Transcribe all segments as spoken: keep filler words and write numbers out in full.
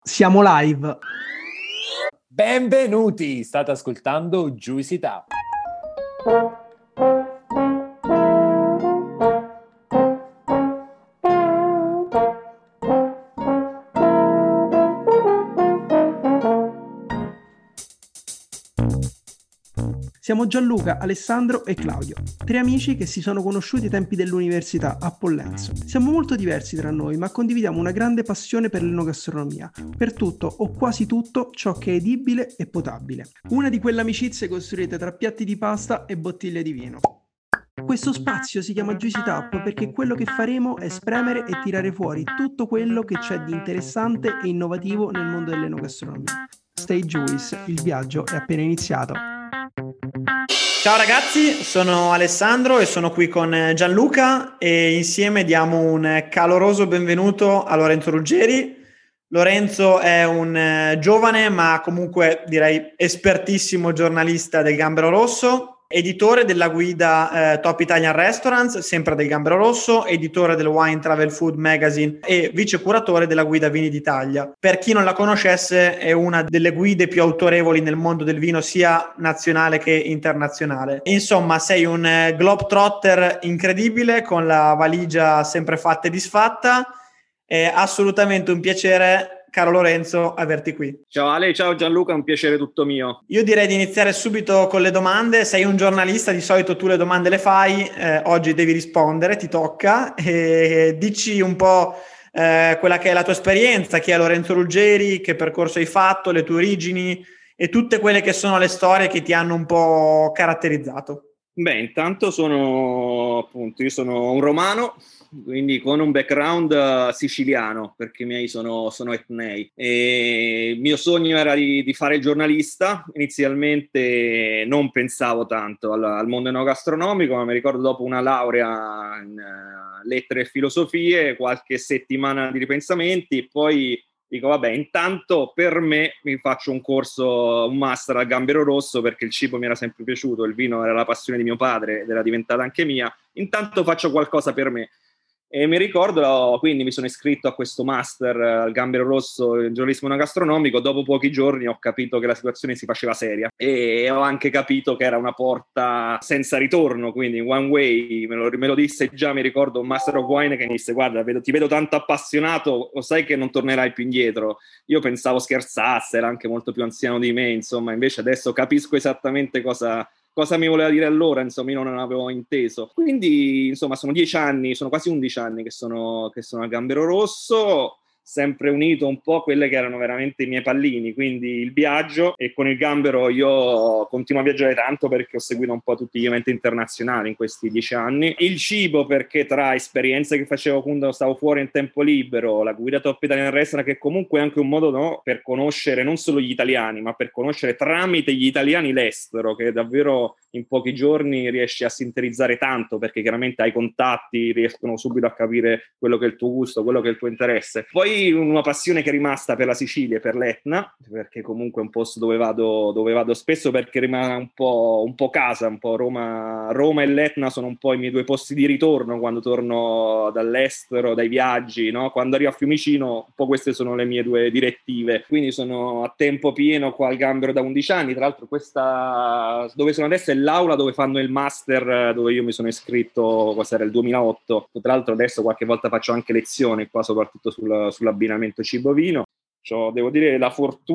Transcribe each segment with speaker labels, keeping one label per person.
Speaker 1: Siamo live.
Speaker 2: Benvenuti, state ascoltando Giuisità.
Speaker 1: Siamo Gianluca, Alessandro e Claudio, tre amici che si sono conosciuti ai tempi dell'università a Pollenzo. Siamo molto diversi tra noi, ma condividiamo una grande passione per l'enogastronomia, per tutto o quasi tutto ciò che è edibile e potabile. Una di quelle amicizie costruite tra piatti di pasta e bottiglie di vino. Questo spazio si chiama Juicy Tap perché quello che faremo è spremere e tirare fuori tutto quello che c'è di interessante e innovativo nel mondo dell'enogastronomia. Stay Juice, il viaggio è appena iniziato.
Speaker 3: Ciao ragazzi, sono Alessandro e sono qui con Gianluca e insieme diamo un caloroso benvenuto a Lorenzo Ruggeri. Lorenzo è un giovane ma comunque direi espertissimo giornalista del Gambero Rosso, editore della guida eh, Top Italian Restaurants, sempre del Gambero Rosso, editore del Wine Travel Food Magazine e vice curatore della guida Vini d'Italia. Per chi non la conoscesse, è una delle guide più autorevoli nel mondo del vino, sia nazionale che internazionale. Insomma, sei un eh, globetrotter incredibile, con la valigia sempre fatta e disfatta. È assolutamente un piacere, caro Lorenzo, averti qui.
Speaker 4: Ciao Ale, ciao Gianluca, è un piacere tutto mio.
Speaker 3: Io direi di iniziare subito con le domande. Sei un giornalista, di solito tu le domande le fai, eh, oggi devi rispondere, ti tocca. E dici un po' eh, quella che è la tua esperienza, chi è Lorenzo Ruggeri, che percorso hai fatto, le tue origini e tutte quelle che sono le storie che ti hanno un po' caratterizzato.
Speaker 4: Beh, intanto sono appunto, io sono un romano, quindi con un background uh, siciliano, perché i miei sono, sono etnei. E il mio sogno era di, di fare il giornalista. Inizialmente non pensavo tanto al, al mondo enogastronomico, ma mi ricordo dopo una laurea in uh, lettere e filosofie, qualche settimana di ripensamenti, poi dico vabbè, intanto per me mi faccio un corso, un master al Gambero Rosso, perché il cibo mi era sempre piaciuto, il vino era la passione di mio padre ed era diventata anche mia. Intanto faccio qualcosa per me. E mi ricordo, quindi mi sono iscritto a questo master al Gambero Rosso in giornalismo enogastronomico. Dopo pochi giorni ho capito che la situazione si faceva seria e ho anche capito che era una porta senza ritorno, quindi one way. Me lo, me lo disse già, mi ricordo, un Master of Wine che mi disse: guarda, vedo, ti vedo tanto appassionato, lo sai che non tornerai più indietro. Io pensavo scherzasse, era anche molto più anziano di me, insomma, invece adesso capisco esattamente cosa... cosa mi voleva dire allora, insomma, io non avevo inteso. Quindi, insomma, sono dieci anni, sono quasi undici anni che sono, che sono al Gambero Rosso, sempre unito un po' a quelle che erano veramente i miei pallini, quindi il viaggio. E con il Gambero io continuo a viaggiare tanto perché ho seguito un po' tutti gli eventi internazionali in questi dieci anni. Il cibo, perché tra esperienze che facevo quando stavo fuori in tempo libero, la guida Top Italian Restaurant, che comunque è anche un modo, no, per conoscere non solo gli italiani, ma per conoscere tramite gli italiani l'estero, che davvero in pochi giorni riesci a sintetizzare tanto, perché chiaramente hai contatti, riescono subito a capire quello che è il tuo gusto, quello che è il tuo interesse. Poi una passione che è rimasta per la Sicilia e per l'Etna, perché comunque è un posto dove vado, dove vado spesso, perché rimane un po', un po' casa, un po' Roma, Roma e l'Etna sono un po' i miei due posti di ritorno quando torno dall'estero, dai viaggi, no? Quando arrivo a Fiumicino, un po' queste sono le mie due direttive, quindi sono a tempo pieno qua al Gambero da undici anni. Tra l'altro questa dove sono adesso è l'aula dove fanno il master, dove io mi sono iscritto, cos'era, il duemilaotto. Tra l'altro adesso qualche volta faccio anche lezioni qua, soprattutto sul, sull'abbinamento cibo-vino. Cioè, devo dire, la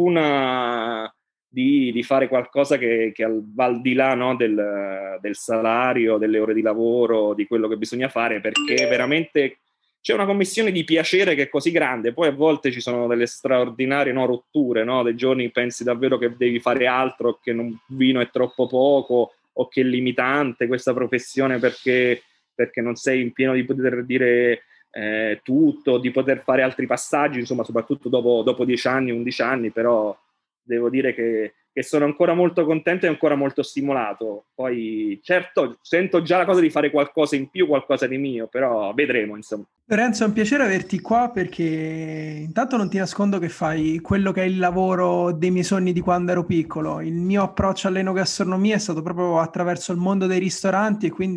Speaker 4: fortuna di, di fare qualcosa che, che va al di là, no, del, del salario, delle ore di lavoro, di quello che bisogna fare, perché veramente c'è una commissione di piacere che è così grande. Poi a volte ci sono delle straordinarie, no, rotture, no? Dei giorni pensi davvero che devi fare altro, che un vino è troppo poco o che è limitante questa professione perché, perché non sei in pieno di poter dire eh, tutto, di poter fare altri passaggi, insomma, soprattutto dopo, dopo dieci anni, undici anni, però devo dire che, che sono ancora molto contento e ancora molto stimolato. Poi certo sento già la cosa di fare qualcosa in più, qualcosa di mio, però vedremo, insomma.
Speaker 1: Lorenzo, è un piacere averti qua, perché intanto non ti nascondo che fai quello che è il lavoro dei miei sogni di quando ero piccolo. Il mio approccio all'enogastronomia è stato proprio attraverso il mondo dei ristoranti, e quindi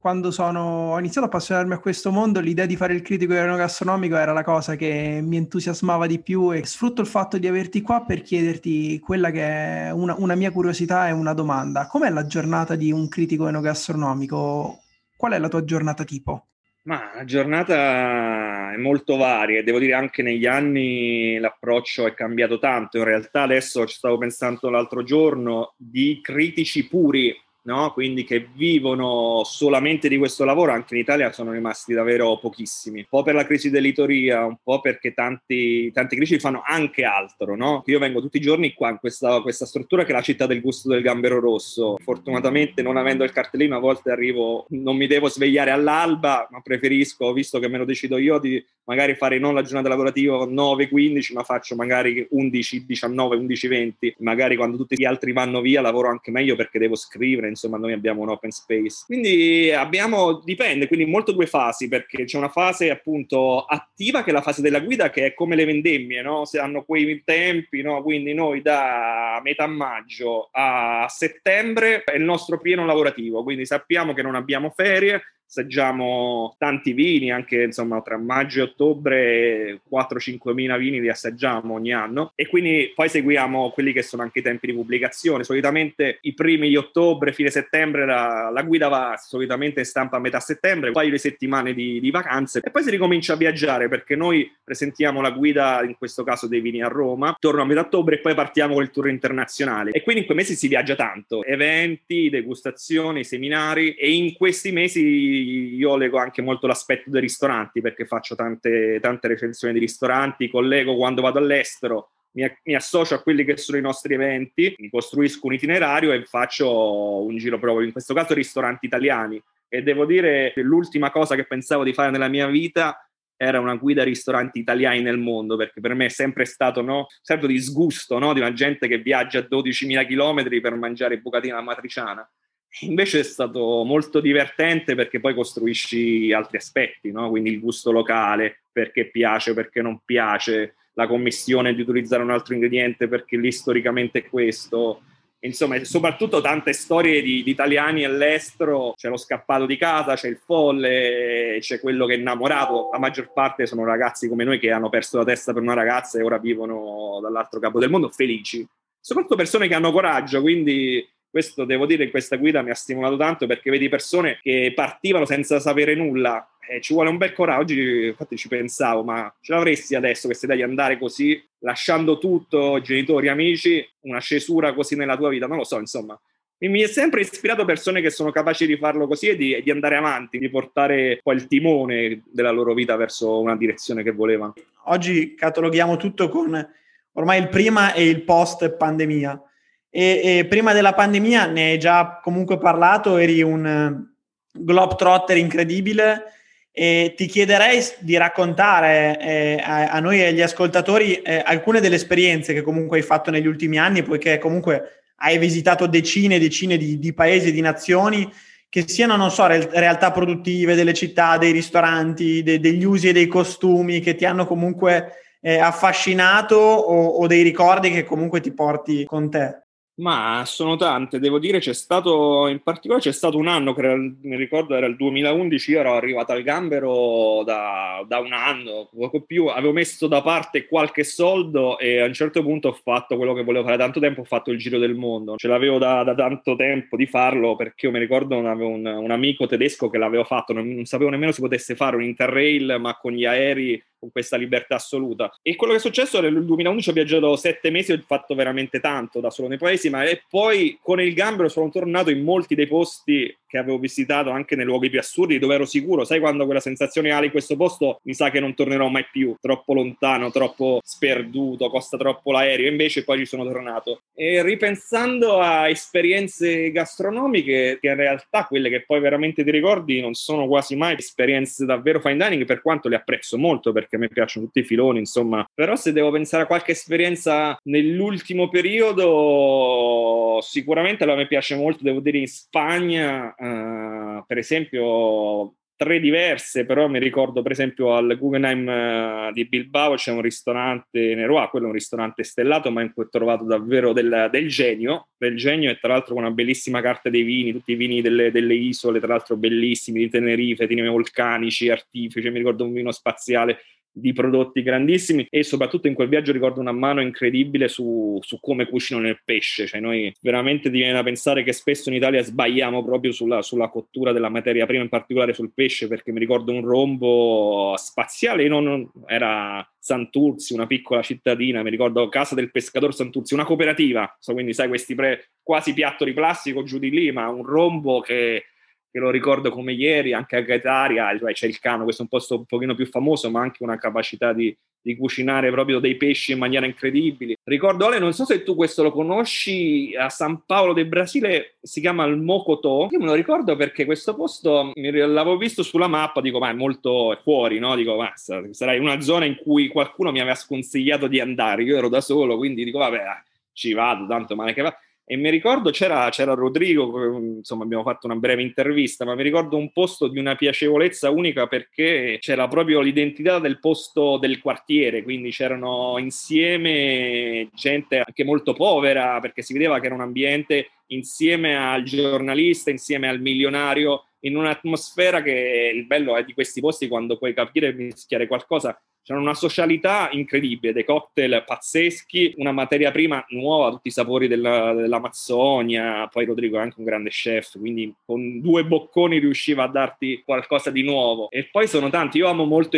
Speaker 1: quando sono, ho iniziato a appassionarmi a questo mondo, l'idea di fare il critico enogastronomico era la cosa che mi entusiasmava di più, e sfrutto il fatto di averti qua per chiederti quella che è una, una mia curiosità e una domanda. Com'è la giornata di un critico enogastronomico? Qual è la tua giornata tipo?
Speaker 4: Ma la giornata è molto varia e devo dire anche negli anni l'approccio è cambiato tanto. In realtà adesso ci stavo pensando l'altro giorno di critici puri, no? Quindi che vivono solamente di questo lavoro, anche in Italia sono rimasti davvero pochissimi. Un po' per la crisi dell'editoria, un po' perché tanti, tanti critici fanno anche altro, no? Io vengo tutti i giorni qua in questa, questa struttura che è la città del gusto del gambero rosso. Fortunatamente, non avendo il cartellino, a volte arrivo, non mi devo svegliare all'alba, ma preferisco, visto che me lo decido io, di magari fare non la giornata lavorativa nove quindici, ma faccio magari undici diciannove, undici venti. Magari quando tutti gli altri vanno via lavoro anche meglio perché devo scrivere. Insomma, noi abbiamo un open space, quindi abbiamo, dipende, quindi molto due fasi, perché c'è una fase appunto attiva che è la fase della guida, che è come le vendemmie, no? Se hanno quei tempi, no? Quindi noi da metà maggio a settembre è il nostro pieno lavorativo, quindi sappiamo che non abbiamo ferie, assaggiamo tanti vini, anche insomma tra maggio e ottobre quattro cinque mila vini li assaggiamo ogni anno, e quindi poi seguiamo quelli che sono anche i tempi di pubblicazione. Solitamente i primi di ottobre, fine settembre la, la guida va solitamente in stampa a metà settembre, un paio di settimane di, di vacanze e poi si ricomincia a viaggiare, perché noi presentiamo la guida, in questo caso dei vini, a Roma torno a metà ottobre e poi partiamo con il tour internazionale, e quindi in quei mesi si viaggia tanto, eventi, degustazioni, seminari, e in questi mesi io lego anche molto l'aspetto dei ristoranti, perché faccio tante, tante recensioni di ristoranti, collego quando vado all'estero, mi, mi associo a quelli che sono i nostri eventi, mi costruisco un itinerario e faccio un giro proprio, in questo caso ristoranti italiani, e devo dire che l'ultima cosa che pensavo di fare nella mia vita era una guida ai ristoranti italiani nel mondo, perché per me è sempre stato, no, sempre di disgusto, no, di una gente che viaggia a dodicimila chilometri per mangiare bucatina amatriciana. Invece è stato molto divertente, perché poi costruisci altri aspetti, no? Quindi il gusto locale, perché piace, perché non piace, la commissione di utilizzare un altro ingrediente perché lì storicamente è questo. Insomma, soprattutto tante storie di, di italiani all'estero, c'è lo scappato di casa, c'è il folle, c'è quello che è innamorato. La maggior parte sono ragazzi come noi che hanno perso la testa per una ragazza e ora vivono dall'altro capo del mondo felici. Soprattutto persone che hanno coraggio, quindi questo devo dire, in questa guida mi ha stimolato tanto, perché vedi persone che partivano senza sapere nulla, e ci vuole un bel coraggio. Oggi infatti ci pensavo, ma ce l'avresti adesso questa idea di andare così, lasciando tutto, genitori, amici, una cesura così nella tua vita? Non lo so, insomma. Mi è sempre ispirato persone che sono capaci di farlo così e di, di andare avanti, di portare poi il timone della loro vita verso una direzione che volevano.
Speaker 3: Oggi cataloghiamo tutto con ormai il prima e il post pandemia. E, e prima della pandemia ne hai già comunque parlato, eri un globetrotter incredibile, e ti chiederei di raccontare eh, a, a noi e agli ascoltatori eh, alcune delle esperienze che comunque hai fatto negli ultimi anni, poiché comunque hai visitato decine e decine di, di paesi e di nazioni, che siano, non so, re- realtà produttive delle città, dei ristoranti, de- degli usi e dei costumi che ti hanno comunque eh, affascinato, o, o dei ricordi che comunque ti porti con te.
Speaker 4: Ma sono tante, devo dire. C'è stato, in particolare c'è stato un anno, che era, mi ricordo era il duemilaundici, io ero arrivato al gambero da, da un anno, poco più, avevo messo da parte qualche soldo e a un certo punto ho fatto quello che volevo fare tanto tempo, ho fatto il giro del mondo. Ce l'avevo da, da tanto tempo di farlo, perché io mi ricordo avevo un, un amico tedesco che l'aveva fatto, non, non sapevo nemmeno si potesse fare un interrail, ma con gli aerei, con questa libertà assoluta. E quello che è successo era nel duemilaundici, ho viaggiato sette mesi, ho fatto veramente tanto da solo nei paesi, ma e poi con il gambero sono tornato in molti dei posti che avevo visitato, anche nei luoghi più assurdi, dove ero sicuro, sai quando quella sensazione hai in questo posto, mi sa che non tornerò mai più, troppo lontano, troppo sperduto, costa troppo l'aereo, invece poi ci sono tornato. E ripensando a esperienze gastronomiche, che in realtà quelle che poi veramente ti ricordi non sono quasi mai esperienze davvero fine dining, per quanto le apprezzo molto, perché a me piacciono tutti i filoni, insomma. Però se devo pensare a qualche esperienza nell'ultimo periodo, sicuramente a me piace molto, devo dire, in Spagna, uh, per esempio, tre diverse, però mi ricordo per esempio al Guggenheim uh, di Bilbao c'è un ristorante Neroa, quello è un ristorante stellato, ma in cui ho trovato davvero del, del genio, del genio e tra l'altro con una bellissima carta dei vini, tutti i vini delle, delle isole, tra l'altro bellissimi, di Tenerife, tini vulcanici, artifici, mi ricordo un vino spaziale di prodotti grandissimi e soprattutto in quel viaggio ricordo una mano incredibile su, su come cucinano il pesce, cioè noi veramente ti viene da pensare che spesso in Italia sbagliamo proprio sulla, sulla cottura della materia prima, in particolare sul pesce, perché mi ricordo un rombo spaziale, non, non era Santurzi, una piccola cittadina, mi ricordo Casa del Pescatore Santurzi, una cooperativa, so, quindi sai questi pre, quasi piatto di plastica giù di lì, ma un rombo che che lo ricordo come ieri, anche a Gaetaria, cioè c'è il Cano, questo è un posto un pochino più famoso, ma anche una capacità di, di cucinare proprio dei pesci in maniera incredibile. Ricordo, Ale, non so se tu questo lo conosci, a San Paolo del Brasile si chiama il Mocotó. Io me lo ricordo perché questo posto mi, l'avevo visto sulla mappa, dico, ma è molto fuori, no? Dico, ma sarà una zona in cui qualcuno mi aveva sconsigliato di andare, io ero da solo, quindi dico, vabbè, ci vado, tanto male che va. E mi ricordo c'era, c'era Rodrigo, insomma abbiamo fatto una breve intervista, ma mi ricordo un posto di una piacevolezza unica perché c'era proprio l'identità del posto del quartiere, quindi c'erano insieme gente anche molto povera, perché si vedeva che era un ambiente insieme al giornalista, insieme al milionario, in un'atmosfera che il bello è di questi posti quando puoi capire e mischiare qualcosa. C'è una socialità incredibile, dei cocktail pazzeschi, una materia prima nuova, tutti i sapori della, dell'Amazzonia. Poi Rodrigo è anche un grande chef, quindi con due bocconi riusciva a darti qualcosa di nuovo. E poi sono tanti, io amo molto i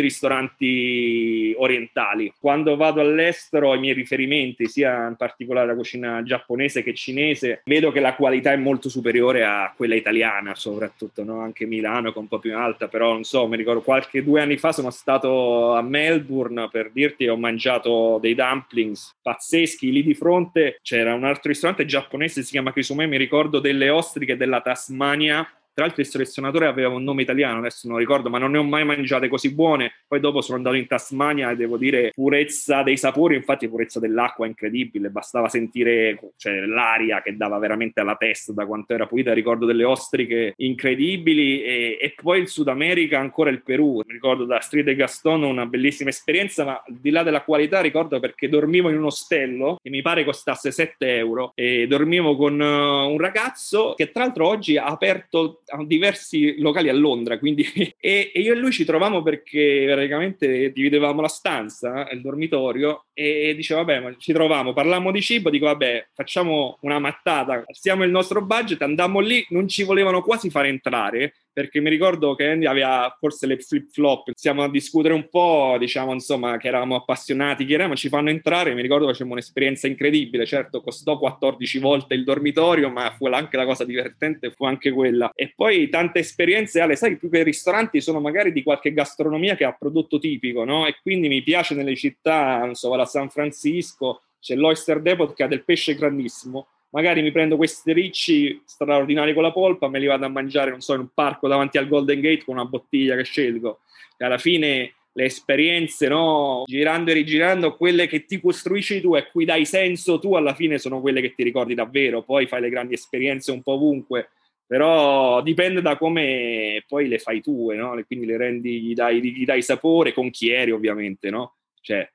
Speaker 4: ristoranti orientali. Quando vado all'estero i miei riferimenti, sia in particolare la cucina giapponese che cinese, vedo che la qualità è molto superiore a quella italiana, soprattutto, no? Anche Milano che è un po' più alta, però non so, mi ricordo qualche due anni fa sono stato a Melbourne, per dirti, ho mangiato dei dumplings pazzeschi. Lì di fronte c'era un altro ristorante giapponese, si chiama Kisume, mi ricordo delle ostriche della Tasmania. Tra l'altro il selezionatore aveva un nome italiano, adesso non lo ricordo, ma non ne ho mai mangiate così buone. Poi dopo sono andato in Tasmania e devo dire purezza dei sapori, infatti purezza dell'acqua incredibile, bastava sentire, cioè, l'aria che dava veramente alla testa da quanto era pulita. Ricordo delle ostriche incredibili e, e poi il Sud America, ancora il Perù. Mi ricordo da Street de Gaston una bellissima esperienza, ma al di là della qualità ricordo perché dormivo in un ostello che mi pare costasse sette euro e dormivo con uh, un ragazzo che tra l'altro oggi ha aperto a diversi locali a Londra, quindi e, e io e lui ci trovavamo perché praticamente dividevamo la stanza, il dormitorio, e dicevo vabbè, ma ci trovavamo, parlavamo di cibo, dico vabbè, facciamo una mattata, alziamo il nostro budget, andammo lì, non ci volevano quasi fare entrare perché mi ricordo che Andy aveva forse le flip flop, iniziamo a discutere un po', diciamo insomma che eravamo appassionati, chi eravamo, ci fanno entrare, mi ricordo facemmo un'esperienza incredibile, certo costò quattordici volte il dormitorio, ma fu anche la cosa divertente, fu anche quella. E poi tante esperienze, Ale, sai, più che i ristoranti sono magari di qualche gastronomia che ha prodotto tipico, no? E quindi mi piace nelle città, non so, vado a San Francisco, c'è l'Oyster Depot che ha del pesce grandissimo, magari mi prendo questi ricci straordinari con la polpa, me li vado a mangiare, non so, in un parco davanti al Golden Gate con una bottiglia che scelgo. E alla fine le esperienze, no, girando e rigirando, quelle che ti costruisci tu e cui dai senso tu, alla fine sono quelle che ti ricordi davvero. Poi fai le grandi esperienze un po' ovunque, però dipende da come poi le fai tu, no? Quindi le rendi, gli dai, gli dai sapore, con chi eri ovviamente, no? Cioè,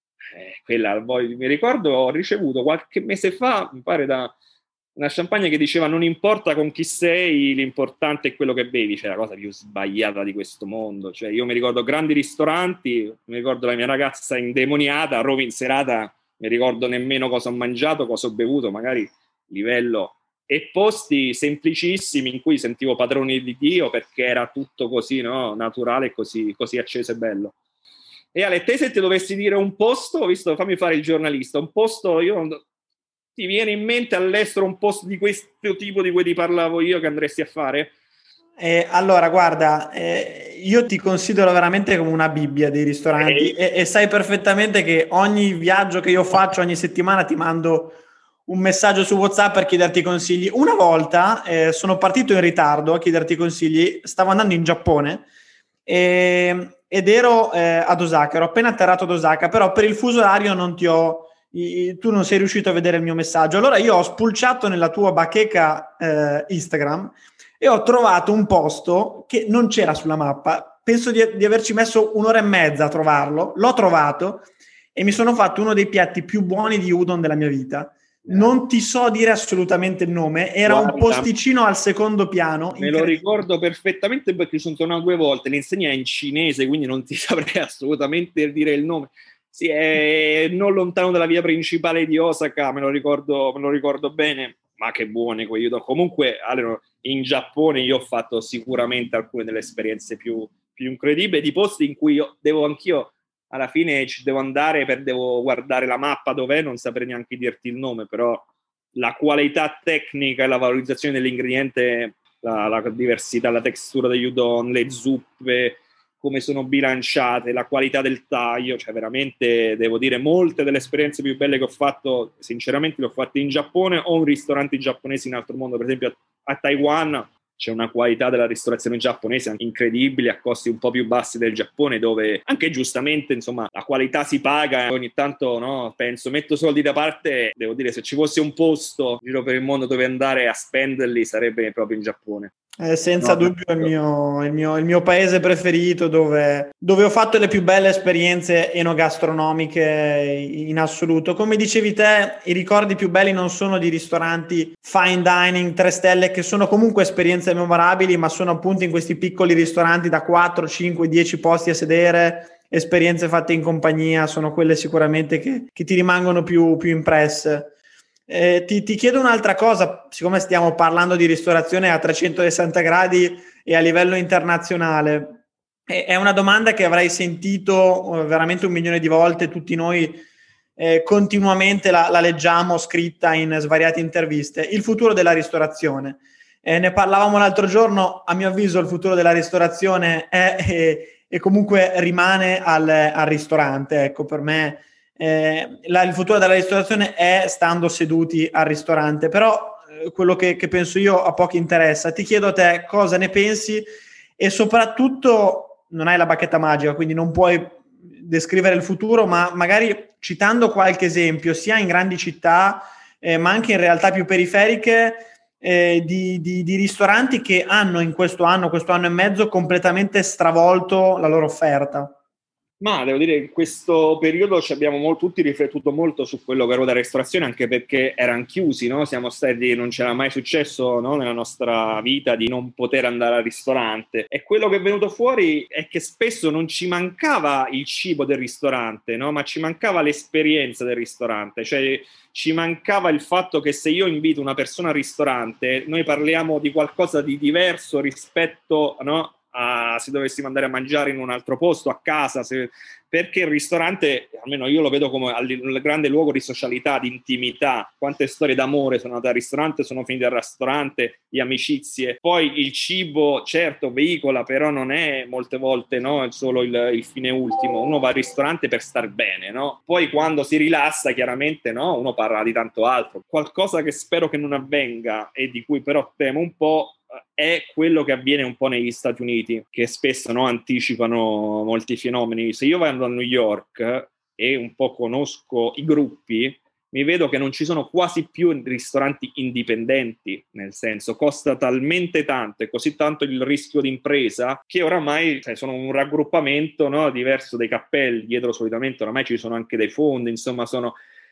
Speaker 4: Eh, quella poi mi ricordo ho ricevuto qualche mese fa, mi pare, da una champagne che diceva non importa con chi sei, l'importante è quello che bevi. Cioè la cosa più sbagliata di questo mondo. Cioè io mi ricordo grandi ristoranti, mi ricordo la mia ragazza indemoniata a Roma in serata, mi ricordo nemmeno cosa ho mangiato, cosa ho bevuto, magari livello, e posti semplicissimi in cui sentivo padroni di Dio perché era tutto così, no, naturale, così, così acceso e bello. E Ale, te se ti dovessi dire un posto, visto, fammi fare il giornalista, un posto, io non, ti viene in mente all'estero un posto di questo tipo di cui ti parlavo io che andresti a fare?
Speaker 3: Eh, allora, guarda, eh, io ti considero veramente come una Bibbia dei ristoranti e, e sai perfettamente che ogni viaggio che io faccio, ogni settimana ti mando un messaggio su WhatsApp per chiederti consigli. Una volta eh, sono partito in ritardo a chiederti consigli, stavo andando in Giappone e... ed ero eh, ad Osaka, ero appena atterrato ad Osaka, però per il fuso orario non ti ho, i, tu non sei riuscito a vedere il mio messaggio. Allora io ho spulciato nella tua bacheca eh, Instagram e ho trovato un posto che non c'era sulla mappa. Penso di, di averci messo un'ora e mezza a trovarlo. L'ho trovato e mi sono fatto uno dei piatti più buoni di udon della mia vita. Non ti so dire assolutamente il nome, era Guarda, un posticino al secondo piano.
Speaker 4: Me lo ricordo perfettamente perché sono tornato due volte, l'insegna è in cinese, quindi non ti saprei assolutamente dire il nome. Sì, è non lontano dalla via principale di Osaka, me lo ricordo, me lo ricordo bene, ma che buone quegli udon. Comunque, allora, in Giappone io ho fatto sicuramente alcune delle esperienze più, più incredibili, di posti in cui io devo anch'io alla fine ci devo andare, per devo guardare la mappa dov'è, non saprei neanche dirti il nome, però la qualità tecnica e la valorizzazione dell'ingrediente, la, la diversità, la textura degli udon, le zuppe, come sono bilanciate, la qualità del taglio, cioè veramente devo dire molte delle esperienze più belle che ho fatto, sinceramente le ho fatte in Giappone o in ristoranti giapponesi in altro mondo, per esempio a, a Taiwan. C'è una qualità della ristorazione giapponese incredibile a costi un po' più bassi del Giappone, dove anche giustamente insomma la qualità si paga e ogni tanto no, penso metto soldi da parte, devo dire se ci fosse un posto giro per il mondo dove andare a spenderli sarebbe proprio in Giappone.
Speaker 3: Eh, senza no, dubbio è il mio, il, mio, il mio paese preferito dove, dove ho fatto le più belle esperienze enogastronomiche in assoluto. Come dicevi te, i ricordi più belli non sono di ristoranti fine dining, tre stelle, che sono comunque esperienze memorabili, ma sono appunto in questi piccoli ristoranti da quattro, cinque, dieci posti a sedere, esperienze fatte in compagnia, sono quelle sicuramente che, che ti rimangono più, più impresse. Eh, ti, ti chiedo un'altra cosa, siccome stiamo parlando di ristorazione a trecentosessanta gradi e a livello internazionale, è, è una domanda che avrai sentito veramente un milione di volte, tutti noi eh, continuamente la, la leggiamo scritta in svariate interviste, il futuro della ristorazione. Eh, ne parlavamo l'altro giorno, a mio avviso il futuro della ristorazione è e, e comunque rimane al, al ristorante, ecco, per me Eh, la, il futuro della ristorazione è stando seduti al ristorante, però eh, quello che, che penso io a pochi interessa. Ti chiedo a te cosa ne pensi e soprattutto non hai la bacchetta magica, quindi non puoi descrivere il futuro, ma magari citando qualche esempio sia in grandi città eh, ma anche in realtà più periferiche eh, di, di, di ristoranti che hanno in questo anno, questo anno e mezzo completamente stravolto la loro offerta.
Speaker 4: Ma devo dire, in questo periodo ci abbiamo molto, tutti riflettuto molto su quello che era la ristorazione, anche perché erano chiusi, no? Siamo stati, non c'era mai successo no? nella nostra vita di non poter andare al ristorante. E quello che è venuto fuori è che spesso non ci mancava il cibo del ristorante, no? Ma ci mancava l'esperienza del ristorante, cioè ci mancava il fatto che se io invito una persona al ristorante, noi parliamo di qualcosa di diverso rispetto, no? A, se dovessimo andare a mangiare in un altro posto, a casa, se, perché il ristorante, almeno io lo vedo come il grande luogo di socialità, di intimità. Quante storie d'amore sono andate al ristorante, sono finite al ristorante, di amicizie. Poi il cibo, certo, veicola, però non è molte volte no, solo il, il fine ultimo. Uno va al ristorante per star bene, no? Poi quando si rilassa, chiaramente, no, uno parla di tanto altro. Qualcosa che spero che non avvenga e di cui però temo un po' è quello che avviene un po' negli Stati Uniti, che spesso no, anticipano molti fenomeni. Se io vado a New York e un po' conosco i gruppi, mi vedo che non ci sono quasi più ristoranti indipendenti, nel senso costa talmente tanto e così tanto il rischio di impresa che oramai cioè, sono un raggruppamento no, diverso dei cappelli, dietro solitamente oramai ci sono anche dei fondi, insomma sono...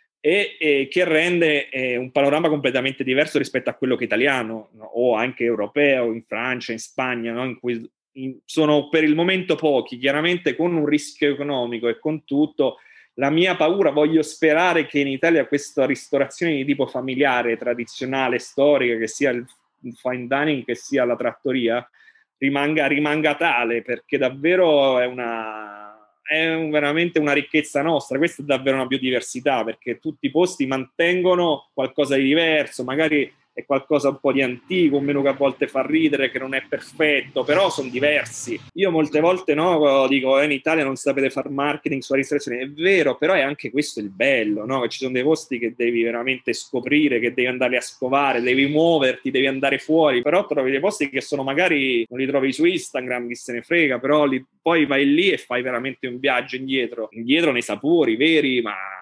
Speaker 4: E, e che rende eh, un panorama completamente diverso rispetto a quello che è italiano no? O anche europeo, in Francia, in Spagna, no? In cui in, sono per il momento pochi, chiaramente con un rischio economico e con tutto. La mia paura, voglio sperare che in Italia questa ristorazione di tipo familiare, tradizionale, storica, che sia il fine dining, che sia la trattoria, rimanga, rimanga tale, perché davvero è una... è veramente una ricchezza nostra, questa è davvero una biodiversità, perché tutti i posti mantengono qualcosa di diverso, magari è qualcosa un po' di antico, un menù che a volte fa ridere, che non è perfetto, però sono diversi. Io molte volte no, dico eh, in Italia non sapete fare marketing sulla ristorazione, è vero, però è anche questo il bello, no? Che ci sono dei posti che devi veramente scoprire, che devi andare a scovare, devi muoverti, devi andare fuori, però trovi dei posti che sono magari, non li trovi su Instagram, chi se ne frega, però li, poi vai lì e fai veramente un viaggio indietro, indietro nei sapori veri, ma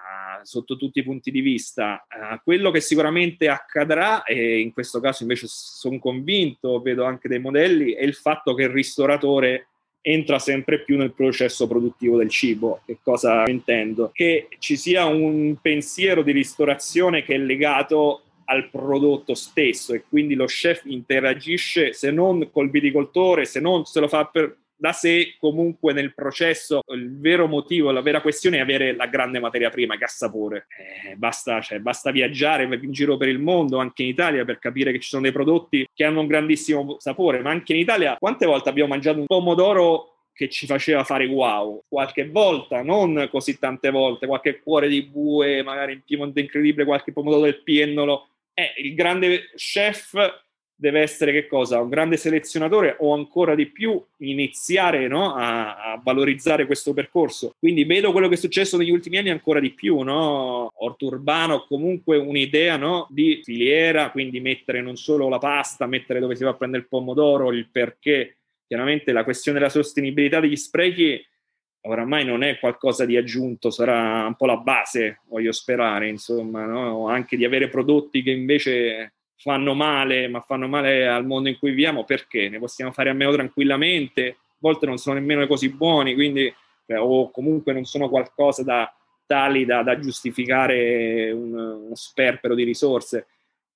Speaker 4: sotto tutti i punti di vista. Uh, quello che sicuramente accadrà, e in questo caso invece sono convinto, vedo anche dei modelli, è il fatto che il ristoratore entra sempre più nel processo produttivo del cibo. Che cosa intendo? Che ci sia un pensiero di ristorazione che è legato al prodotto stesso, e quindi lo chef interagisce, se non col viticoltore, se non se lo fa per, da sé, comunque nel processo. Il vero motivo, la vera questione è avere la grande materia prima che ha sapore. Eh, basta, cioè, basta viaggiare in giro per il mondo, anche in Italia, per capire che ci sono dei prodotti che hanno un grandissimo sapore. Ma anche in Italia, quante volte abbiamo mangiato un pomodoro che ci faceva fare wow? Qualche volta, non così tante volte, qualche cuore di bue, magari in Piemonte incredibile, qualche pomodoro del Piennolo. Eh, il grande chef deve essere che cosa? Un grande selezionatore, o ancora di più iniziare, no, a, a valorizzare questo percorso. Quindi vedo quello che è successo negli ultimi anni ancora di più, no? Orto urbano, comunque un'idea, no, di filiera, quindi mettere non solo la pasta, mettere dove si va a prendere il pomodoro, il perché. Chiaramente la questione della sostenibilità degli sprechi oramai non è qualcosa di aggiunto, sarà un po' la base, voglio sperare, insomma, no? Anche di avere prodotti che invece fanno male, ma fanno male al mondo in cui viviamo, perché ne possiamo fare a meno tranquillamente, a volte non sono nemmeno così buoni, quindi eh, o comunque non sono qualcosa da tali da, da giustificare un, uno sperpero di risorse.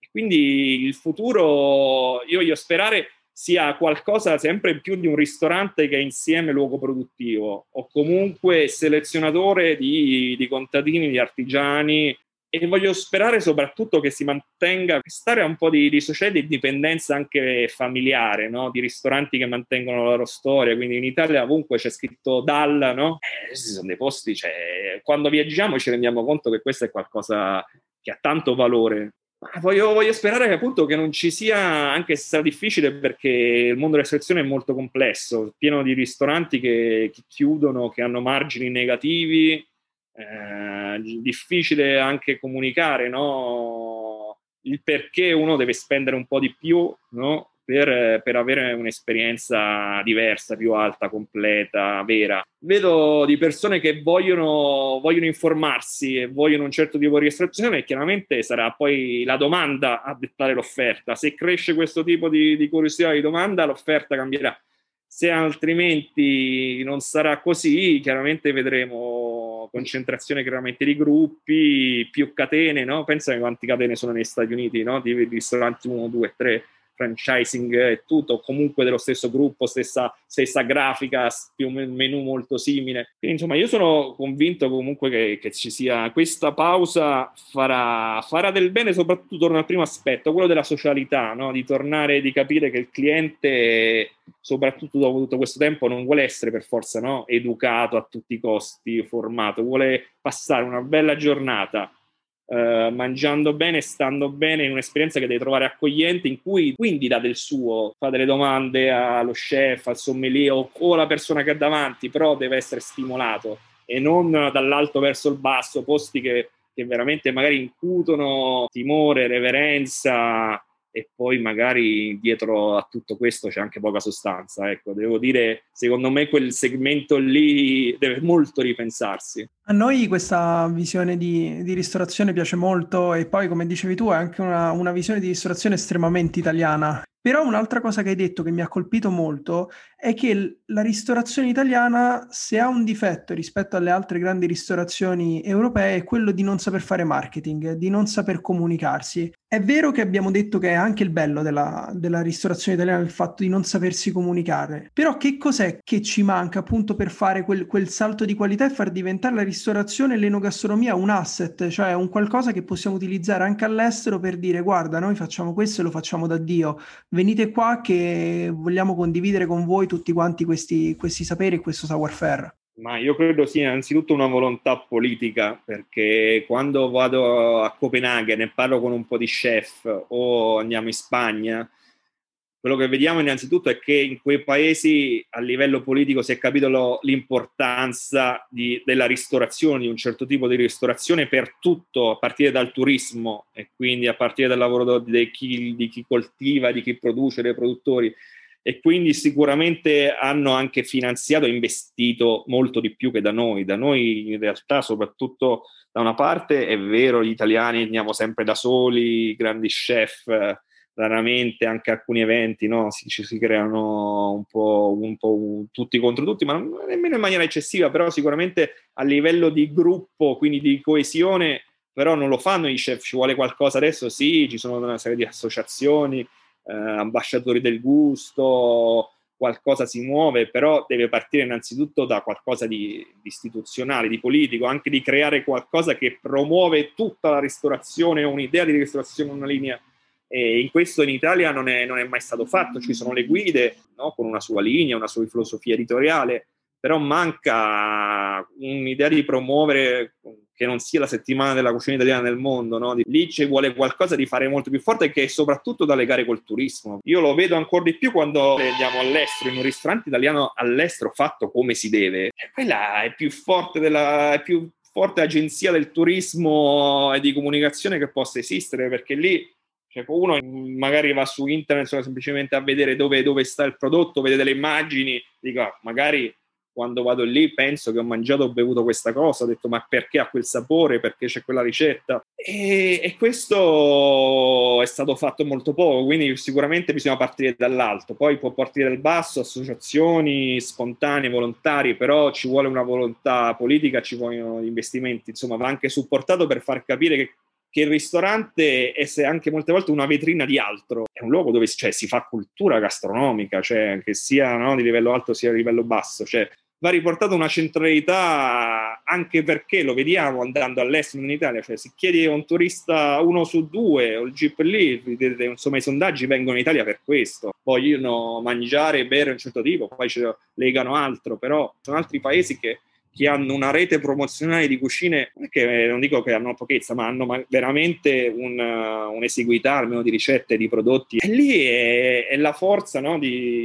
Speaker 4: Quindi il futuro, io voglio sperare, sia qualcosa sempre più di un ristorante che è insieme luogo produttivo, o comunque selezionatore di, di contadini, di artigiani, e voglio sperare soprattutto che si mantenga stare un po' di, di società di dipendenza anche familiare, no? Di ristoranti che mantengono la loro storia. Quindi in Italia ovunque c'è scritto Dal, no? Eh, questi sono dei posti, cioè, quando viaggiamo ci rendiamo conto che questo è qualcosa che ha tanto valore. Voglio, voglio sperare che appunto che non ci sia, anche se sarà difficile perché il mondo della selezione è molto complesso, pieno di ristoranti che, che chiudono, che hanno margini negativi, eh, difficile anche comunicare, no? Il perché uno deve spendere un po' di più, no? Per, per avere un'esperienza diversa, più alta, completa, vera. Vedo di persone che vogliono, vogliono informarsi e vogliono un certo tipo di ristorazione, e chiaramente sarà poi la domanda a dettare l'offerta. Se cresce questo tipo di, di curiosità, di domanda, l'offerta cambierà. Se altrimenti non sarà così, chiaramente vedremo concentrazione chiaramente di gruppi, più catene, no? Pensa che quante catene sono negli Stati Uniti, no? Di ristoranti uno, due, tre, franchising e tutto, comunque dello stesso gruppo, stessa, stessa grafica, più un menù molto simile. Quindi, insomma, io sono convinto comunque che, che ci sia questa pausa, farà, farà del bene, soprattutto torno al primo aspetto, quello della socialità, no? Di tornare, di capire che il cliente, soprattutto dopo tutto questo tempo, non vuole essere per forza, no, educato a tutti i costi, formato, vuole passare una bella giornata Uh, mangiando bene, stando bene, in un'esperienza che deve trovare accogliente, in cui quindi dà del suo, fa delle domande allo chef, al sommelier o, o alla persona che ha davanti, però deve essere stimolato e non dall'alto verso il basso, posti che, che veramente magari incutono timore, reverenza, e poi magari dietro a tutto questo c'è anche poca sostanza. Ecco, devo dire, secondo me quel segmento lì deve molto ripensarsi.
Speaker 1: A noi questa visione di, di ristorazione piace molto, e poi, come dicevi tu, è anche una, una visione di ristorazione estremamente italiana. Però un'altra cosa che hai detto che mi ha colpito molto è che l- la ristorazione italiana, se ha un difetto rispetto alle altre grandi ristorazioni europee, è quello di non saper fare marketing, di non saper comunicarsi. È vero che abbiamo detto che è anche il bello della, della ristorazione italiana il fatto di non sapersi comunicare, però che cos'è che ci manca appunto per fare quel, quel salto di qualità e far diventare la ristorazione e l'enogastronomia un asset, cioè un qualcosa che possiamo utilizzare anche all'estero per dire: guarda, noi facciamo questo e lo facciamo da Dio, venite qua che vogliamo condividere con voi tutti quanti questi, questi saperi e questo savoir-faire.
Speaker 4: Ma io credo sia innanzitutto una volontà politica, perché quando vado a Copenaghen e parlo con un po' di chef o andiamo in Spagna, quello che vediamo innanzitutto è che in quei paesi a livello politico si è capito lo, l'importanza di, della ristorazione, di un certo tipo di ristorazione per tutto, a partire dal turismo e quindi a partire dal lavoro di chi, di chi coltiva, di chi produce, dei produttori. e quindi sicuramente hanno anche finanziato e investito molto di più che da noi. Da noi in realtà, soprattutto da una parte, è vero, gli italiani andiamo sempre da soli, grandi chef, raramente anche alcuni eventi, no? si, ci si creano un po', un po' tutti contro tutti, ma non nemmeno in maniera eccessiva, però sicuramente a livello di gruppo, quindi di coesione, però non lo fanno i chef, ci vuole qualcosa adesso, sì, ci sono una serie di associazioni, eh, ambasciatori del gusto, qualcosa si muove, però deve partire innanzitutto da qualcosa di, di istituzionale, di politico, anche di creare qualcosa che promuove tutta la ristorazione, un'idea di ristorazione, una linea. E in questo in Italia non è, non è mai stato fatto. Ci sono le guide, no? Con una sua linea, una sua filosofia editoriale, però manca un'idea di promuovere che non sia la settimana della cucina italiana nel mondo, no? Lì ci vuole qualcosa di fare molto più forte, che è soprattutto da legare col turismo. Io lo vedo ancora di più quando andiamo all'estero, in un ristorante italiano all'estero fatto come si deve, e quella è più forte della è più forte agenzia del turismo e di comunicazione che possa esistere, perché lì, cioè, uno magari va su internet solo semplicemente a vedere dove, dove sta il prodotto, vede delle immagini, dico, ah, magari quando vado lì penso che ho mangiato o bevuto questa cosa, ho detto ma perché ha quel sapore, perché c'è quella ricetta, e, e questo è stato fatto molto poco, quindi sicuramente bisogna partire dall'alto, poi può partire dal basso, associazioni spontanee, volontari, però ci vuole una volontà politica, ci vogliono investimenti, insomma va anche supportato per far capire che che il ristorante è anche molte volte una vetrina di altro, è un luogo dove cioè, si fa cultura gastronomica, cioè, che sia, no, di livello alto sia di livello basso, cioè, va riportata una centralità, anche perché lo vediamo andando all'estero in Italia, cioè se chiedi a un turista uno su due o il G P lì, vedete, insomma i sondaggi vengono in Italia per questo, vogliono mangiare e bere un certo tipo, poi ce lo legano altro, però sono altri paesi che che hanno una rete promozionale di cucine, che non dico che hanno pochezza, ma hanno veramente un, un'esiguità almeno di ricette, di prodotti. E lì è, è la forza, no,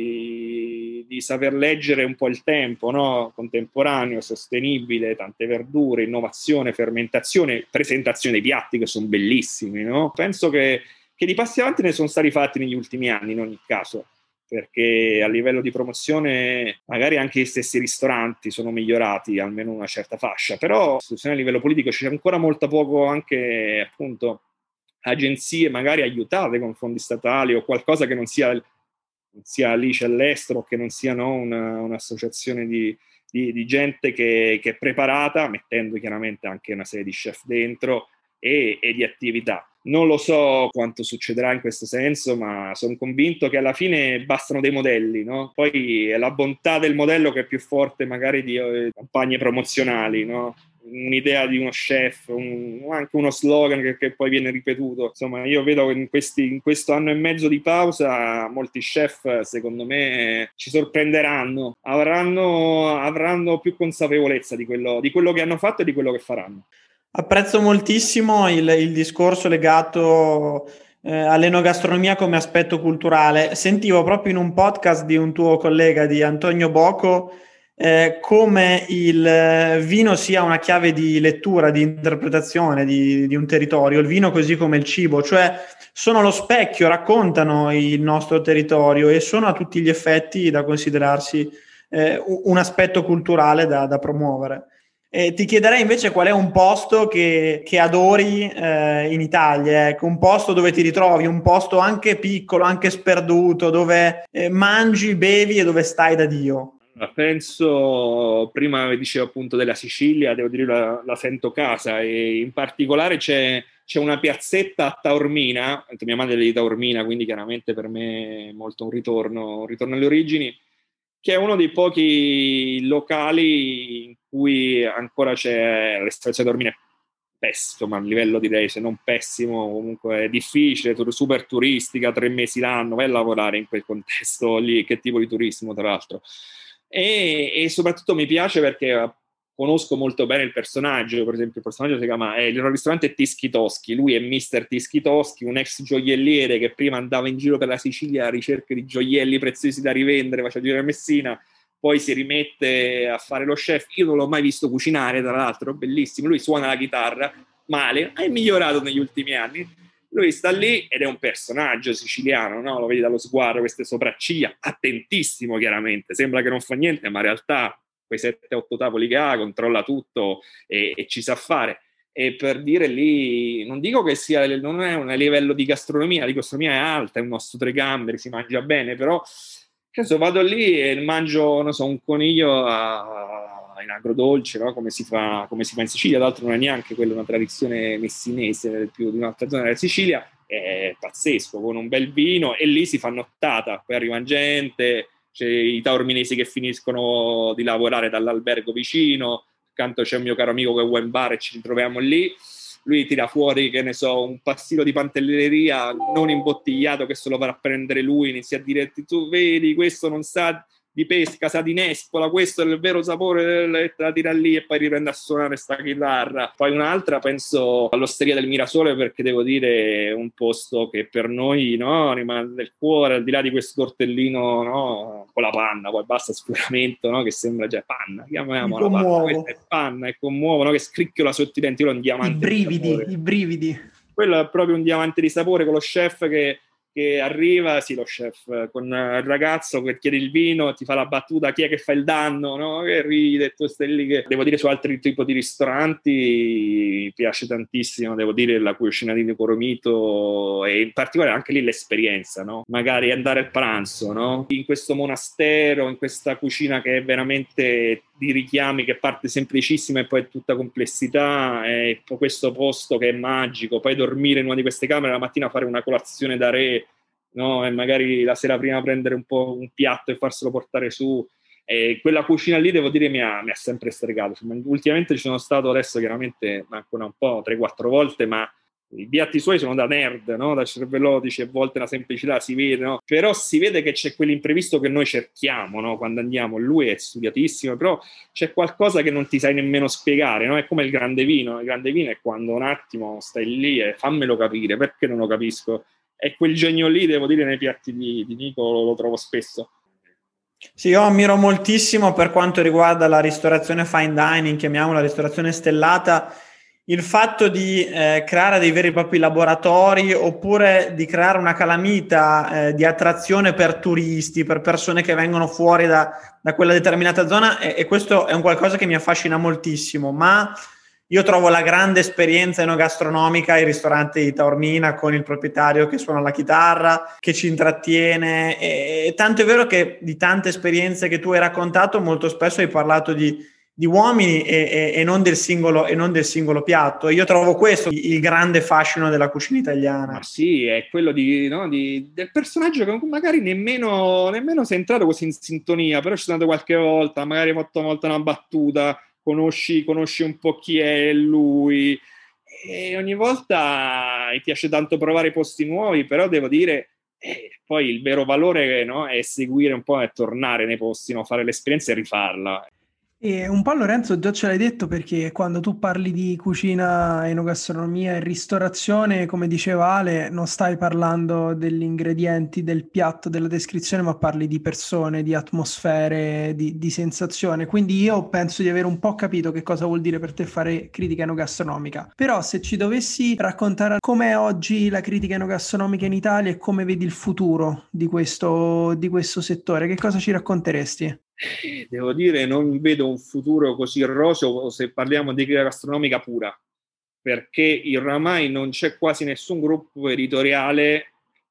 Speaker 4: di, di saper leggere un po' il tempo, no? Contemporaneo, sostenibile, tante verdure, innovazione, fermentazione, presentazione dei piatti che sono bellissimi, no? Penso che, che di passi avanti ne sono stati fatti negli ultimi anni in ogni caso, perché a livello di promozione magari anche gli stessi ristoranti sono migliorati, almeno una certa fascia, però a livello politico c'è ancora molto poco, anche appunto agenzie magari aiutate con fondi statali o qualcosa che non sia, non sia Alice all'estero, che non sia, no, una, un'associazione di, di, di gente che, che è preparata, mettendo chiaramente anche una serie di chef dentro e, e di attività. Non lo so quanto succederà in questo senso, ma sono convinto che alla fine bastano dei modelli, no? Poi è la bontà del modello che è più forte magari di eh, campagne promozionali, no? Un'idea di uno chef, un, anche uno slogan che, che poi viene ripetuto. Insomma, io vedo che in, questi, in questo anno e mezzo di pausa molti chef, secondo me, ci sorprenderanno, avranno, avranno più consapevolezza di quello, di quello che hanno fatto e di quello che faranno.
Speaker 3: Apprezzo moltissimo il, il discorso legato eh, all'enogastronomia come aspetto culturale. Sentivo proprio in un podcast di un tuo collega, di Antonio Bocco, eh, come il vino sia una chiave di lettura, di interpretazione di, di un territorio, il vino così come il cibo, cioè sono lo specchio, raccontano il nostro territorio e sono a tutti gli effetti da considerarsi eh, un aspetto culturale da, da promuovere. Eh, ti chiederei invece qual è un posto che, che adori eh, in Italia, ecco, un posto dove ti ritrovi, un posto anche piccolo, anche sperduto, dove eh, mangi, bevi e dove stai da Dio.
Speaker 4: Penso, prima dicevo appunto della Sicilia, devo dire la, la sento casa, e in particolare c'è, c'è una piazzetta a Taormina, mia madre è di Taormina, quindi chiaramente per me è molto un ritorno, un ritorno alle origini, che è uno dei pochi locali in cui ancora c'è la ristorazione Taormina, è pessimo, ma a livello direi se non pessimo, comunque è difficile, super turistica, tre mesi l'anno, vai a lavorare in quel contesto lì, che tipo di turismo tra l'altro. E, e soprattutto mi piace perché conosco molto bene il personaggio, per esempio il personaggio si chiama, eh, il ristorante è Tischi Toschi, lui è mister Tischi Toschi, un ex gioielliere che prima andava in giro per la Sicilia a ricerca di gioielli preziosi da rivendere, faceva giro a Messina, poi si rimette a fare lo chef. Io non l'ho mai visto cucinare, tra l'altro, bellissimo, lui suona la chitarra male, è migliorato negli ultimi anni, Lui sta lì ed è un personaggio siciliano, no? Lo vedi dallo sguardo, queste sopracciglia, attentissimo chiaramente, sembra che non fa niente, ma in realtà quei sette otto tavoli che ha, controlla tutto e, e ci sa fare. E per dire lì, non dico che sia, non è un livello di gastronomia, la gastronomia è alta, è un nostro tre gamberi, si mangia bene, però adesso vado lì e mangio, non so, un coniglio a, in agrodolce, no? Come si fa, come si fa in Sicilia, tra l'altro non è neanche quella una tradizione messinese, più di un'altra zona della Sicilia, è pazzesco, con un bel vino, e lì si fa nottata, poi arriva gente, c'è i taorminesi che finiscono di lavorare dall'albergo vicino, accanto c'è un mio caro amico che è wine bar e ci ritroviamo lì, lui tira fuori, che ne so, un passino di pantelleria non imbottigliato che se lo farà prendere lui, inizia a dire: tu vedi, questo non sa di pesca, sa di nespola, questo è il vero sapore, te la tira lì e poi riprende a suonare sta chitarra. Poi un'altra, penso all'Osteria del Mirasole, perché devo dire è un posto che per noi, no, rimane nel cuore, al di là di questo tortellino, no, con la panna, poi basta sfuramento, no, che sembra già panna, chiamiamola panna, questa è panna, e commuovo, no, che scricchiola sotto i denti, quello è un diamante.
Speaker 1: I brividi, i brividi.
Speaker 4: Quello è proprio un diamante di sapore, con lo chef che che arriva, sì, lo chef, con il ragazzo che chiede il vino, ti fa la battuta: chi è che fa il danno, no? Che ride, tu stai lì. Che devo dire, su altri tipi di ristoranti mi piace tantissimo, devo dire, la cucina di Nicoromito, e in particolare anche lì l'esperienza, no? Magari andare al pranzo, no? In questo monastero, in questa cucina che è veramente di richiami, che parte semplicissima e poi è tutta complessità, e questo posto che è magico, poi dormire in una di queste camere, la mattina fare una colazione da re, no? E magari la sera prima prendere un po' un piatto e farselo portare su, e quella cucina lì devo dire mi ha, mi ha sempre stregato. Ultimamente ci sono stato, adesso chiaramente ancora un po', tre quattro volte, ma i piatti suoi sono da nerd, no? Da cervellotici, a volte la semplicità si vede, no? Però si vede che c'è quell'imprevisto che noi cerchiamo, no? Quando andiamo, lui è studiatissimo, però c'è qualcosa che non ti sai nemmeno spiegare, no? È come il grande vino, il grande vino è quando un attimo stai lì e fammelo capire, perché non lo capisco. E quel genio lì, devo dire, nei piatti di, di Nico lo, lo trovo spesso.
Speaker 3: Sì, io ammiro moltissimo, per quanto riguarda la ristorazione fine dining, chiamiamola ristorazione stellata, il fatto di eh, creare dei veri e propri laboratori, oppure di creare una calamita eh, di attrazione per turisti, per persone che vengono fuori da, da quella determinata zona, e, e questo è un qualcosa che mi affascina moltissimo. Ma io trovo la grande esperienza enogastronomica ai ristoranti di Taormina, con il proprietario che suona la chitarra, che ci intrattiene, e, e tanto è vero che di tante esperienze che tu hai raccontato, molto spesso hai parlato di di uomini e, e, e, non del singolo, e non del singolo piatto. Io trovo questo il grande fascino della cucina italiana.
Speaker 4: Ma sì, è quello di, no, di, del personaggio che magari nemmeno, nemmeno sei entrato così in sintonia, però ci sono andato qualche volta, magari hai fatto una volta una battuta, conosci, conosci un po' chi è lui, e ogni volta mi piace tanto provare posti nuovi, però devo dire, eh, poi il vero valore, no, è seguire un po', e tornare nei posti, no, fare l'esperienza e rifarla.
Speaker 1: E un po', Lorenzo, già ce l'hai detto, perché quando tu parli di cucina, enogastronomia e ristorazione, come diceva Ale, non stai parlando degli ingredienti, del piatto, della descrizione, ma parli di persone, di atmosfere, di, di sensazione. Quindi io penso di aver un po' capito che cosa vuol dire per te fare critica enogastronomica. Però se ci dovessi raccontare com'è oggi la critica enogastronomica in Italia e come vedi il futuro di questo, di questo settore, che cosa ci racconteresti?
Speaker 4: Devo dire, non vedo un futuro così roseo se parliamo di critica gastronomica pura, perché oramai non c'è quasi nessun gruppo editoriale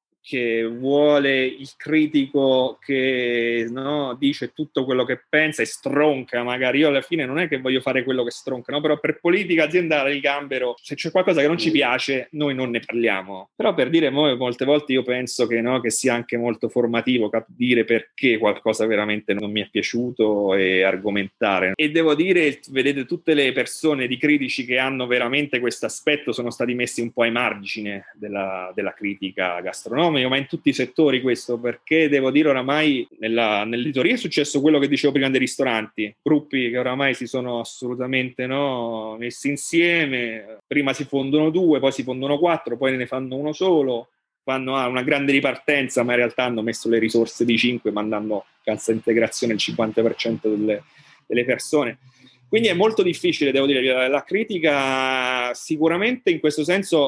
Speaker 4: che vuole il critico che, no, dice tutto quello che pensa e stronca. Magari io alla fine non è che voglio fare quello che stronca, no? Però per politica aziendale, il gambero, se c'è qualcosa che non ci piace noi non ne parliamo. Però per dire, molte volte io penso che, no, che sia anche molto formativo capire perché qualcosa veramente non mi è piaciuto e argomentare. E devo dire, vedete, tutte le persone di critici che hanno veramente questo aspetto sono stati messi un po' ai margini della, della critica gastronomica, ma in tutti i settori, questo perché devo dire oramai nella, nell'editoria è successo quello che dicevo prima dei ristoranti, gruppi che oramai si sono assolutamente, no, messi insieme, prima si fondono due, poi si fondono quattro, poi ne fanno uno solo, fanno ah, una grande ripartenza, ma in realtà hanno messo le risorse di cinque, mandando cassa integrazione il cinquanta per cento delle, delle persone. Quindi è molto difficile, devo dire, la critica sicuramente in questo senso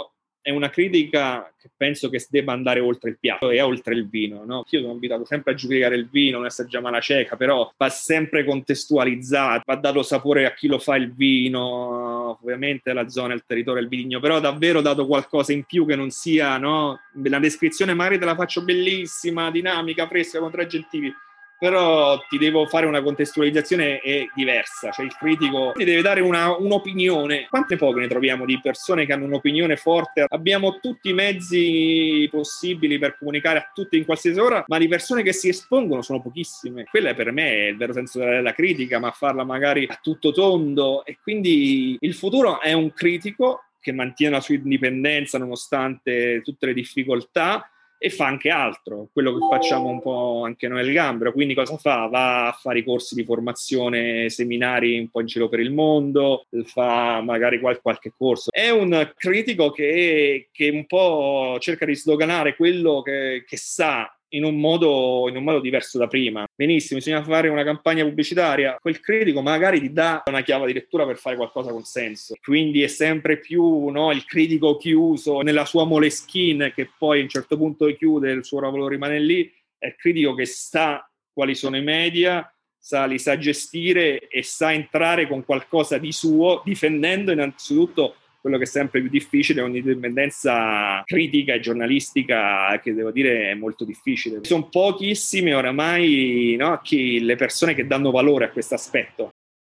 Speaker 4: è una critica che penso che debba andare oltre il piatto e oltre il vino, no? Io sono abituato sempre a giudicare il vino, non assaggiamo alla cieca, però va sempre contestualizzato, va dato sapore a chi lo fa il vino, ovviamente la zona, il territorio, il vitigno, però davvero dato qualcosa in più che non sia, no? La descrizione magari te la faccio bellissima, dinamica, fresca, con tre aggettivi, però ti devo fare una contestualizzazione è diversa, cioè il critico ti deve dare una, un'opinione. Quante poche ne troviamo di persone che hanno un'opinione forte? Abbiamo tutti i mezzi possibili per comunicare a tutti in qualsiasi ora, ma di persone che si espongono sono pochissime. Quella per me è il vero senso della critica, ma farla magari a tutto tondo. E quindi il futuro è un critico che mantiene la sua indipendenza nonostante tutte le difficoltà, e fa anche altro, quello che facciamo un po' anche noi al Gambero. Quindi cosa fa? Va a fare i corsi di formazione, seminari un po' in giro per il mondo, fa magari qual- qualche corso. È un critico che, che un po' cerca di sdoganare quello che, che sa in un modo in un modo diverso da prima. Benissimo, bisogna fare una campagna pubblicitaria, quel critico magari ti dà una chiave di lettura per fare qualcosa con senso, quindi è sempre più, no, il critico chiuso nella sua Moleskine, che poi a un certo punto chiude, il suo lavoro rimane lì. È il critico che sa quali sono i media, sa, li sa gestire e sa entrare con qualcosa di suo, difendendo innanzitutto quello che è sempre più difficile, è un'indipendenza critica e giornalistica che devo dire è molto difficile. Sono pochissime oramai, no, chi, le persone che danno valore a questo aspetto.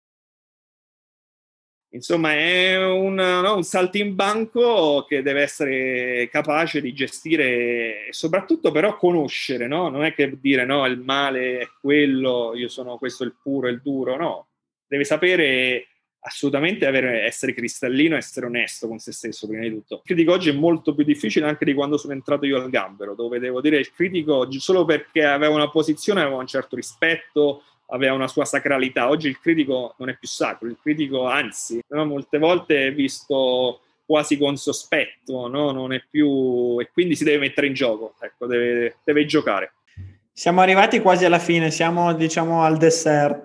Speaker 4: Insomma, è un, no, un saltimbanco che deve essere capace di gestire e soprattutto però conoscere, no? Non è che dire no, il male è quello, io sono questo, il puro e il duro, no. Deve sapere assolutamente avere, essere cristallino, essere onesto con se stesso prima di tutto. Il critico oggi è molto più difficile anche di quando sono entrato io al Gambero, dove devo dire il critico oggi solo perché aveva una posizione aveva un certo rispetto, aveva una sua sacralità. Oggi il critico non è più sacro, il critico anzi, no, molte volte è visto quasi con sospetto, no? Non è più, e quindi si deve mettere in gioco, ecco, deve, deve giocare.
Speaker 3: Siamo arrivati quasi alla fine, siamo diciamo al dessert.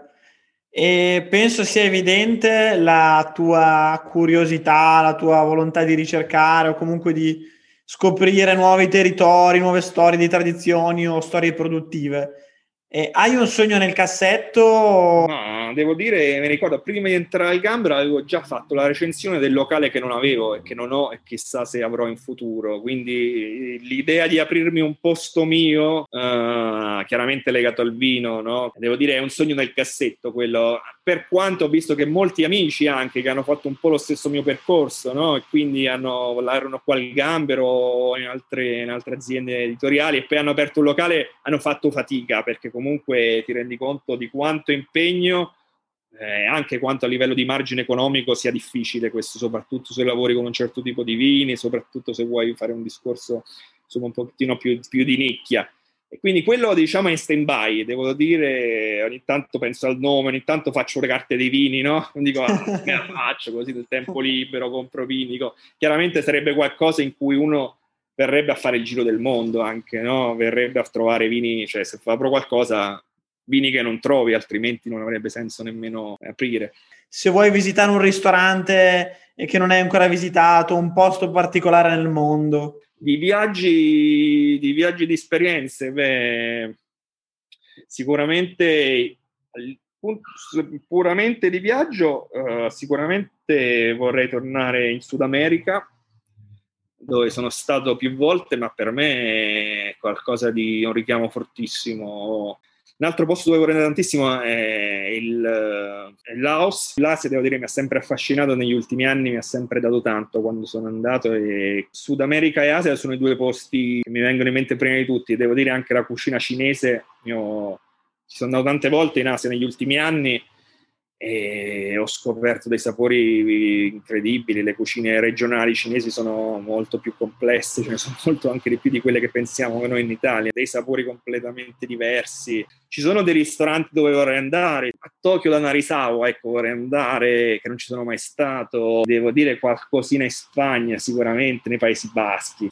Speaker 3: E penso sia evidente la tua curiosità, la tua volontà di ricercare o comunque di scoprire nuovi territori, nuove storie di tradizioni o storie produttive. E hai un sogno nel cassetto?
Speaker 4: No, devo dire, mi ricordo, prima di entrare al Gambero avevo già fatto la recensione del locale che non avevo e che non ho e chissà se avrò in futuro, quindi l'idea di aprirmi un posto mio, uh, chiaramente legato al vino, no? Devo dire è un sogno nel cassetto quello, per quanto ho visto che molti amici anche che hanno fatto un po' lo stesso mio percorso, no? E quindi hanno, erano qua al Gambero in altre, in altre aziende editoriali e poi hanno aperto un locale, hanno fatto fatica perché comunque ti rendi conto di quanto impegno, eh, anche quanto a livello di margine economico sia difficile questo, soprattutto se lavori con un certo tipo di vini, soprattutto se vuoi fare un discorso insomma un pochettino più, più di nicchia. E quindi quello diciamo è in stand-by, devo dire, ogni tanto penso al nome, ogni tanto faccio le carte dei vini, no? Non dico, ah, me la faccio così del tempo libero, compro vini. Chiaramente sarebbe qualcosa in cui uno verrebbe a fare il giro del mondo anche, no? Verrebbe a trovare vini, cioè se apro qualcosa, vini che non trovi, altrimenti non avrebbe senso nemmeno aprire.
Speaker 3: Se vuoi visitare un ristorante e che non hai ancora visitato, un posto particolare nel mondo.
Speaker 4: Di viaggi, di viaggi di esperienze, beh, sicuramente puramente di viaggio, uh, sicuramente vorrei tornare in Sud America, dove sono stato più volte, ma per me è qualcosa di un richiamo fortissimo. Un altro posto dove vorrei andare tantissimo è il, è il Laos. L'Asia, devo dire, mi ha sempre affascinato negli ultimi anni, mi ha sempre dato tanto quando sono andato, e Sud America e Asia sono i due posti che mi vengono in mente prima di tutti. Devo dire anche la cucina cinese, io ci sono andato tante volte in Asia negli ultimi anni e ho scoperto dei sapori incredibili. Le cucine regionali cinesi sono molto più complesse, ce ne sono molto anche di più di quelle che pensiamo noi in Italia, dei sapori completamente diversi. Ci sono dei ristoranti dove vorrei andare, a Tokyo da Narisawa, ecco, vorrei andare, che non ci sono mai stato. Devo dire qualcosina in Spagna sicuramente, nei Paesi Baschi.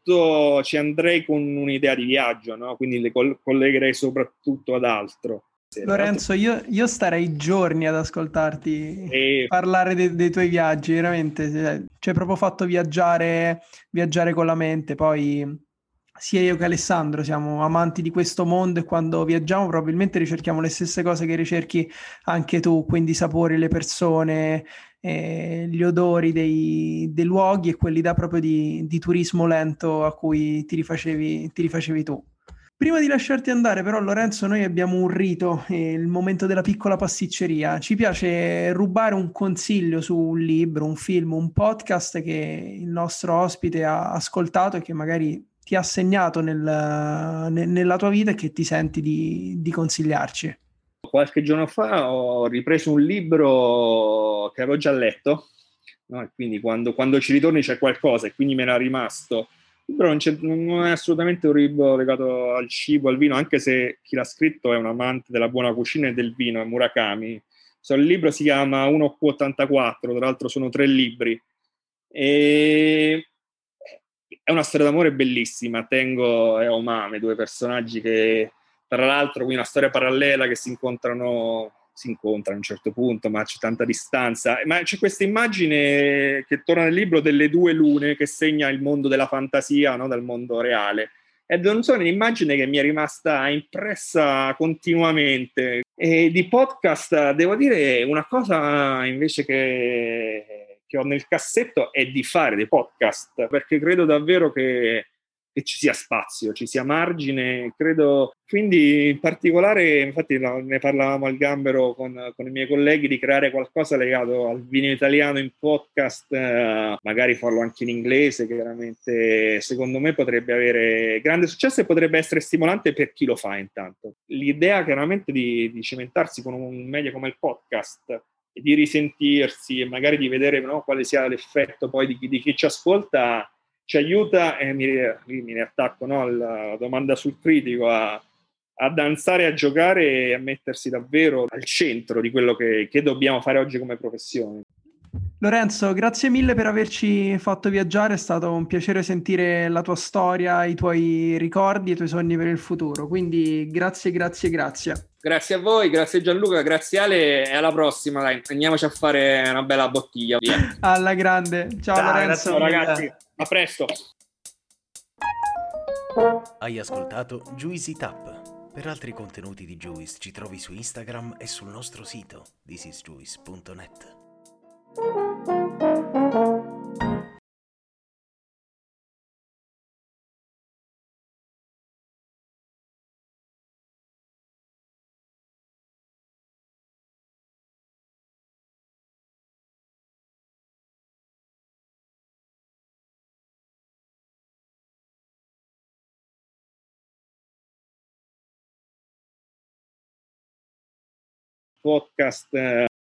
Speaker 4: Soprattutto ci andrei con un'idea di viaggio, no? Quindi le collegherei soprattutto ad altro.
Speaker 1: Lorenzo, io, io starei giorni ad ascoltarti
Speaker 4: e...
Speaker 1: parlare de- dei tuoi viaggi, veramente, cioè, ci hai proprio fatto viaggiare, viaggiare con la mente. Poi sia io che Alessandro siamo amanti di questo mondo e quando viaggiamo probabilmente ricerchiamo le stesse cose che ricerchi anche tu, quindi i sapori, le persone, eh, gli odori dei, dei luoghi e quelli da proprio di, di turismo lento a cui ti rifacevi, ti rifacevi tu. Prima di lasciarti andare, però, Lorenzo, noi abbiamo un rito, eh, il momento della piccola pasticceria. Ci piace rubare un consiglio su un libro, un film, un podcast che il nostro ospite ha ascoltato e che magari ti ha segnato nel, ne- nella tua vita e che ti senti di, di consigliarci.
Speaker 4: Qualche giorno fa ho ripreso un libro che avevo già letto, no? E quindi quando, quando ci ritorni c'è qualcosa e quindi me era rimasto. Il libro non, c'è, non è assolutamente un libro legato al cibo, al vino, anche se chi l'ha scritto è un amante della buona cucina e del vino, è Murakami. So, il libro si chiama uno Q ottantaquattro, tra l'altro sono tre libri. E... È una storia d'amore bellissima. Tengo e Omame, due personaggi che tra l'altro qui una storia parallela che si incontrano si incontrano a un certo punto, ma c'è tanta distanza, ma c'è questa immagine che torna nel libro delle due lune che segna il mondo della fantasia, no? Dal mondo reale, ed non so, un'immagine che mi è rimasta impressa continuamente. E di podcast devo dire una cosa invece che, che ho nel cassetto è di fare dei podcast, perché credo davvero che che ci sia spazio, ci sia margine, credo. Quindi in particolare, infatti ne parlavamo al Gambero con, con i miei colleghi, di creare qualcosa legato al vino italiano in podcast, eh, magari farlo anche in inglese, che veramente secondo me potrebbe avere grande successo e potrebbe essere stimolante per chi lo fa intanto. L'idea chiaramente di, di cimentarsi con un media come il podcast e di risentirsi e magari di vedere, no, quale sia l'effetto poi di chi, di chi ci ascolta ci aiuta, e mi, mi riattacco, no, alla domanda sul critico, a, a danzare, a giocare e a mettersi davvero al centro di quello che, che dobbiamo fare oggi come professione.
Speaker 1: Lorenzo, grazie mille per averci fatto viaggiare, è stato un piacere sentire la tua storia, i tuoi ricordi e i tuoi sogni per il futuro, quindi grazie, grazie, grazie.
Speaker 4: Grazie a voi, grazie Gianluca, grazie Ale e alla prossima, dai, andiamoci a fare una bella bottiglia, via.
Speaker 1: Alla grande, ciao, ciao Lorenzo.
Speaker 4: Ciao ragazzi, a presto.
Speaker 5: Hai ascoltato Juicy Tap. Per altri contenuti di Juice ci trovi su Instagram e sul nostro sito this is juice punto net.
Speaker 4: Podcast